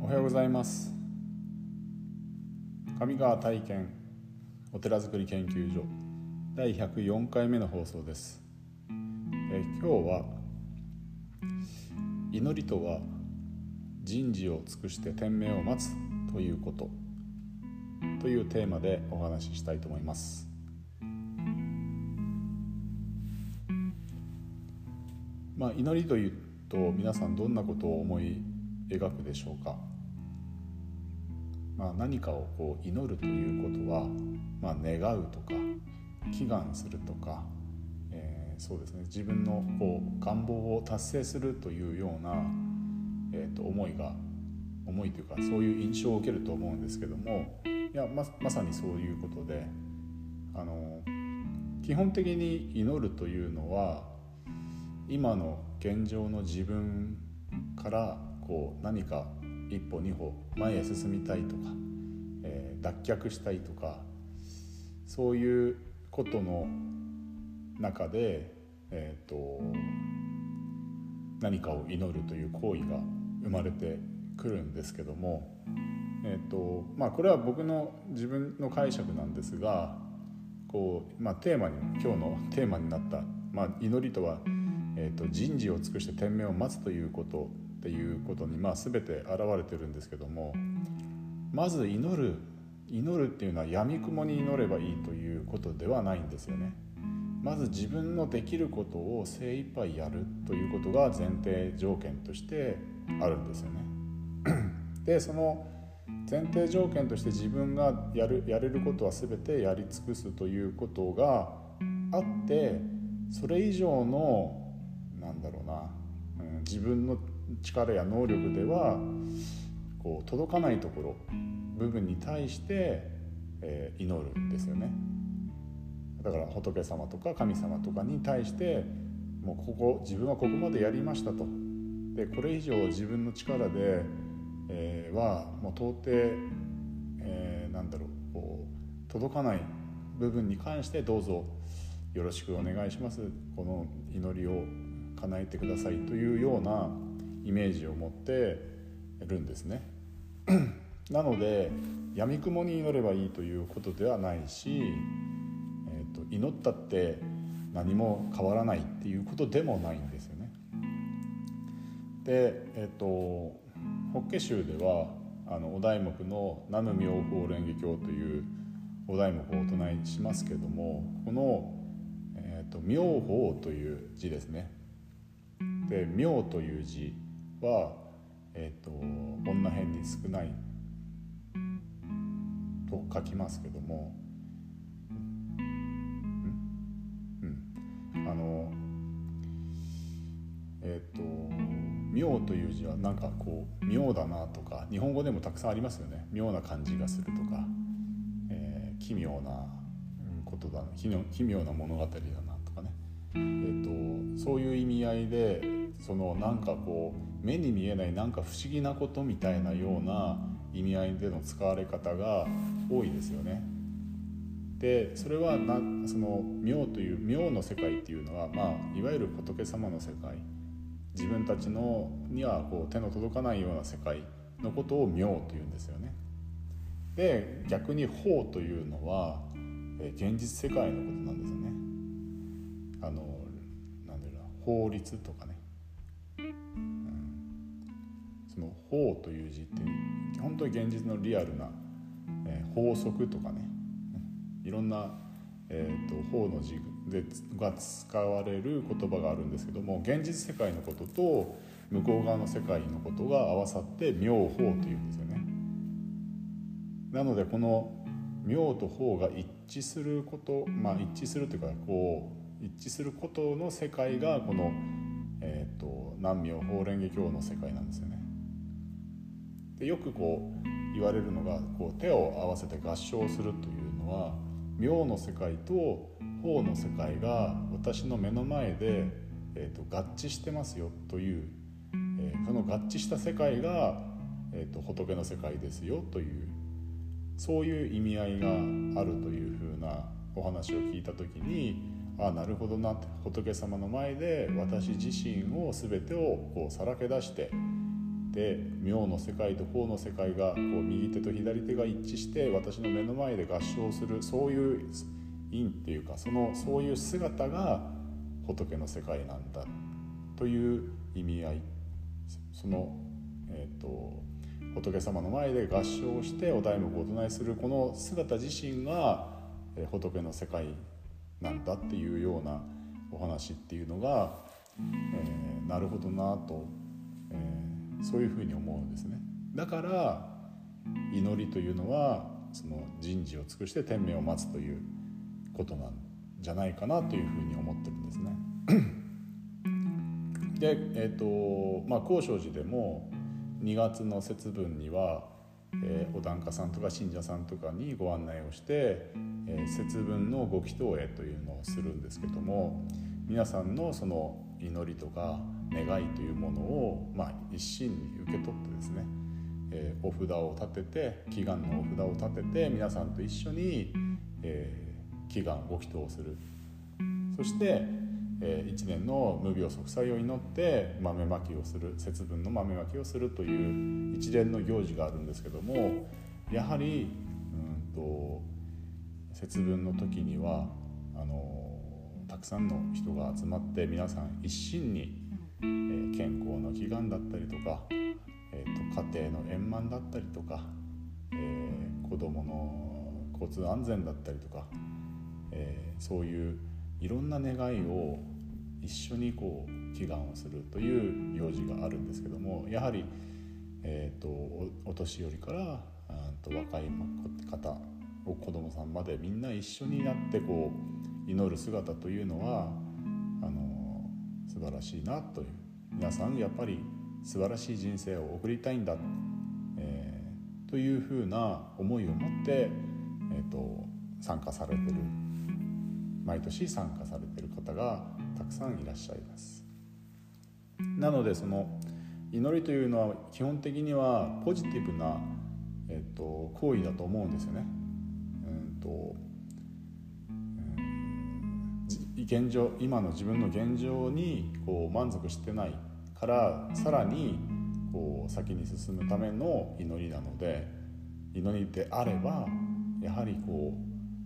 おはようございます。上川体験お寺づくり研究所第104回目の放送です。今日は祈りとは人事を尽くして天命を待つということというテーマでお話ししたいと思います。祈りというと皆さんどんなことを思い描くでしょうか。何かを祈るということは、願うとか祈願するとか、そうですね、自分の願望を達成するというような、思いというかそういう印象を受けると思うんですけども、まさにそういうことで、基本的に祈るというのは今の現状の自分から何か一歩二歩前へ進みたいとか、脱却したいとか、そういうことの中で、何かを祈るという行為が生まれてくるんですけども、これは僕の自分の解釈なんですが、今日のテーマになった、祈りとは、人事を尽くして天命を待つということっていうことに全て現れてるんですけども、まず祈るっていうのは闇雲に祈ればいいということではないんですよね。まず自分のできることを精一杯やるということが前提条件としてあるんですよね。でその前提条件として自分がやれることは全てやり尽くすということがあって、それ以上の自分の力や能力では届かないところ部分に対して、祈るんですよね。だから仏様とか神様とかに対してもう自分はここまでやりましたと。でこれ以上自分の力で、はもう到底、届かない部分に関してどうぞよろしくお願いします、この祈りを叶えてくださいというようなイメージを持ってるんですね。なので闇雲に祈ればいいということではないし、祈ったって何も変わらないっていうことでもないんですよね。で、法華宗ではお題目の南無妙法蓮華経というお題目をお唱えしますけども、この、妙法という字ですね。で妙という字は、女辺に少ないと書きますけども、妙という字は妙だなとか、日本語でもたくさんありますよね。妙な感じがするとか、奇妙なことだ、奇妙な物語だなとかね、そういう意味合いで目に見えない不思議なことみたいなような意味合いでの使われ方が多いですよね。でそれはその妙という妙の世界っていうのは、いわゆる仏様の世界、自分たちには手の届かないような世界のことを妙というんですよね。で逆に法というのは、現実世界のことなんですよね。法律とかね、その法という字って本当に現実のリアルな、法則とかね、いろんな、法の字が使われる言葉があるんですけども、現実世界のことと向こう側の世界のことが合わさって妙法というんですよね。なのでこの妙と法が一致すること、一致するというか一致することの世界がこの、南無妙法蓮華経の世界なんですよね。でよく言われるのが手を合わせて合唱するというのは、妙の世界と法の世界が私の目の前で、合致してますよという、その合致した世界が、仏の世界ですよという、そういう意味合いがあるというふうなお話を聞いたときに、なるほどなって、仏様の前で私自身を全てをさらけ出して、 で妙の世界と法の世界がこう右手と左手が一致して私の目の前で合唱する、そういう因っていうかそういう姿が仏の世界なんだという意味合い、その、仏様の前で合唱をしてお題目をお唱えするこの姿自身が仏の世界なんだっていうようなお話っていうのが、なるほどなと、そういうふうに思うんですね。だから祈りというのはその人事を尽くして天命を待つということなんじゃないかなというふうに思ってるんですね。で、興正寺でも2月の節分には、お檀家さんとか信者さんとかにご案内をして、節分のご祈祷会というのをするんですけども、皆さんのその祈りとか願いというものを、一身に受け取ってですね、お札を立てて、祈願のお札を立てて皆さんと一緒に、祈願ご祈祷をする。そして一年の無病息災を祈って豆まきをする、節分の豆まきをするという一連の行事があるんですけども、やはり節分の時にはたくさんの人が集まって皆さん一心に、健康の祈願だったりとか、家庭の円満だったりとか、子どもの交通安全だったりとか、そういういろんな願いを一緒にこう祈願をするという行事があるんですけども、やはり、お年寄りから若い方、子どもさんまでみんな一緒になってこう祈る姿というのは素晴らしいなという、皆さんやっぱり素晴らしい人生を送りたいんだ、というふうな思いを持って、参加されてる、毎年参加されている方がたくさんいらっしゃいます。なのでその祈りというのは基本的にはポジティブな、行為だと思うんですよね。現状、今の自分の現状にこう満足してないからさらにこう先に進むための祈りなので、祈りであればやはりこ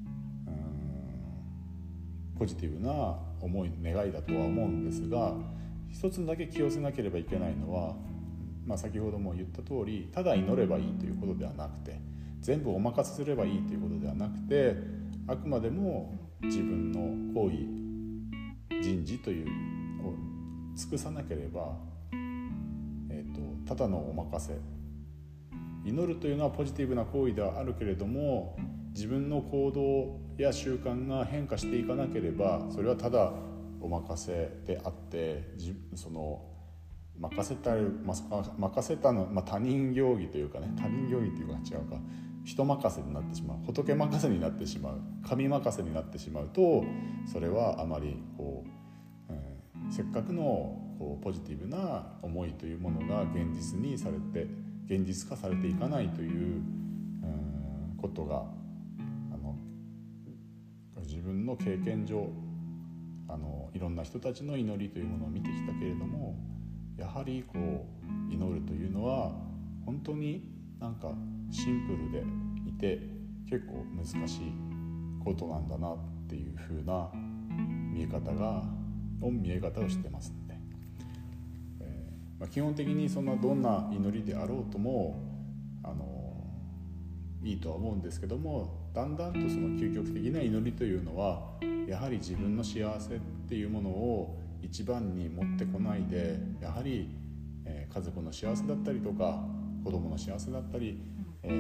うポジティブな思い願いだとは思うんですが、一つだけ気をつけなければいけないのは、先ほども言った通りただ祈ればいいということではなくて、全部お任せすればいいということではなくて、あくまでも自分の行為、人事というを尽くさなければ、ただのお任せ、祈るというのはポジティブな行為ではあるけれども、自分の行動や習慣が変化していかなければそれはただお任せであって、その任せたの、他人行儀というかね、他人行儀というか違うか、人任せになってしまう、仏任せになってしまう、神任せになってしまうと、それはあまりこう、せっかくのこうポジティブな思いというものが現実化されていかないという、ことが自分の経験上いろんな人たちの祈りというものを見てきたけれども、やはりこう祈るというのは本当になんかシンプルでいて結構難しいことなんだなっていう風な見え方をしてますので、基本的にそんなどんな祈りであろうともいいとは思うんですけども、だんだんとその究極的な祈りというのはやはり自分の幸せっていうものを一番に持ってこないで、やはり、家族の幸せだったりとか子供の幸せだったり、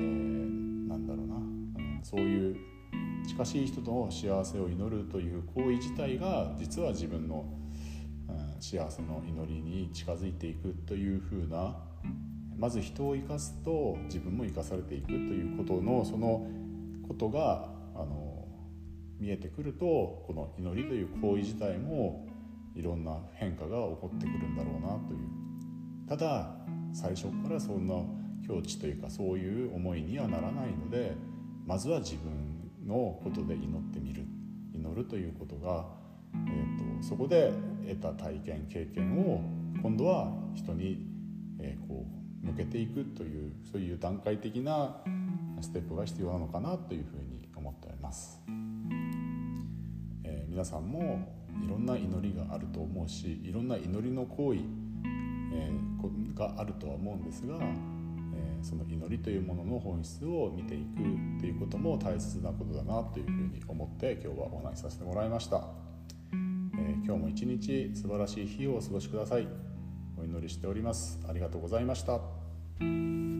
そういう近しい人の幸せを祈るという行為自体が実は自分の、幸せの祈りに近づいていくというふうな、まず人を生かすと自分も生かされていくということのそのことが見えてくると、この祈りという行為自体もいろんな変化が起こってくるんだろうなという。ただ最初からそんな境地というかそういう思いにはならないので、まずは自分のことで祈ってみる、祈るということが、そこで得た体験経験を今度は人に、 向けていくという、そういう段階的なステップが必要なのかなというふうに思っております。皆さんもいろんな祈りがあると思うし、いろんな祈りの行為、があるとは思うんですが、その祈りというものの本質を見ていくということも大切なことだなというふうに思って今日はお話しさせてもらいました。今日も一日素晴らしい日をお過ごしください。お祈りしております。ありがとうございました。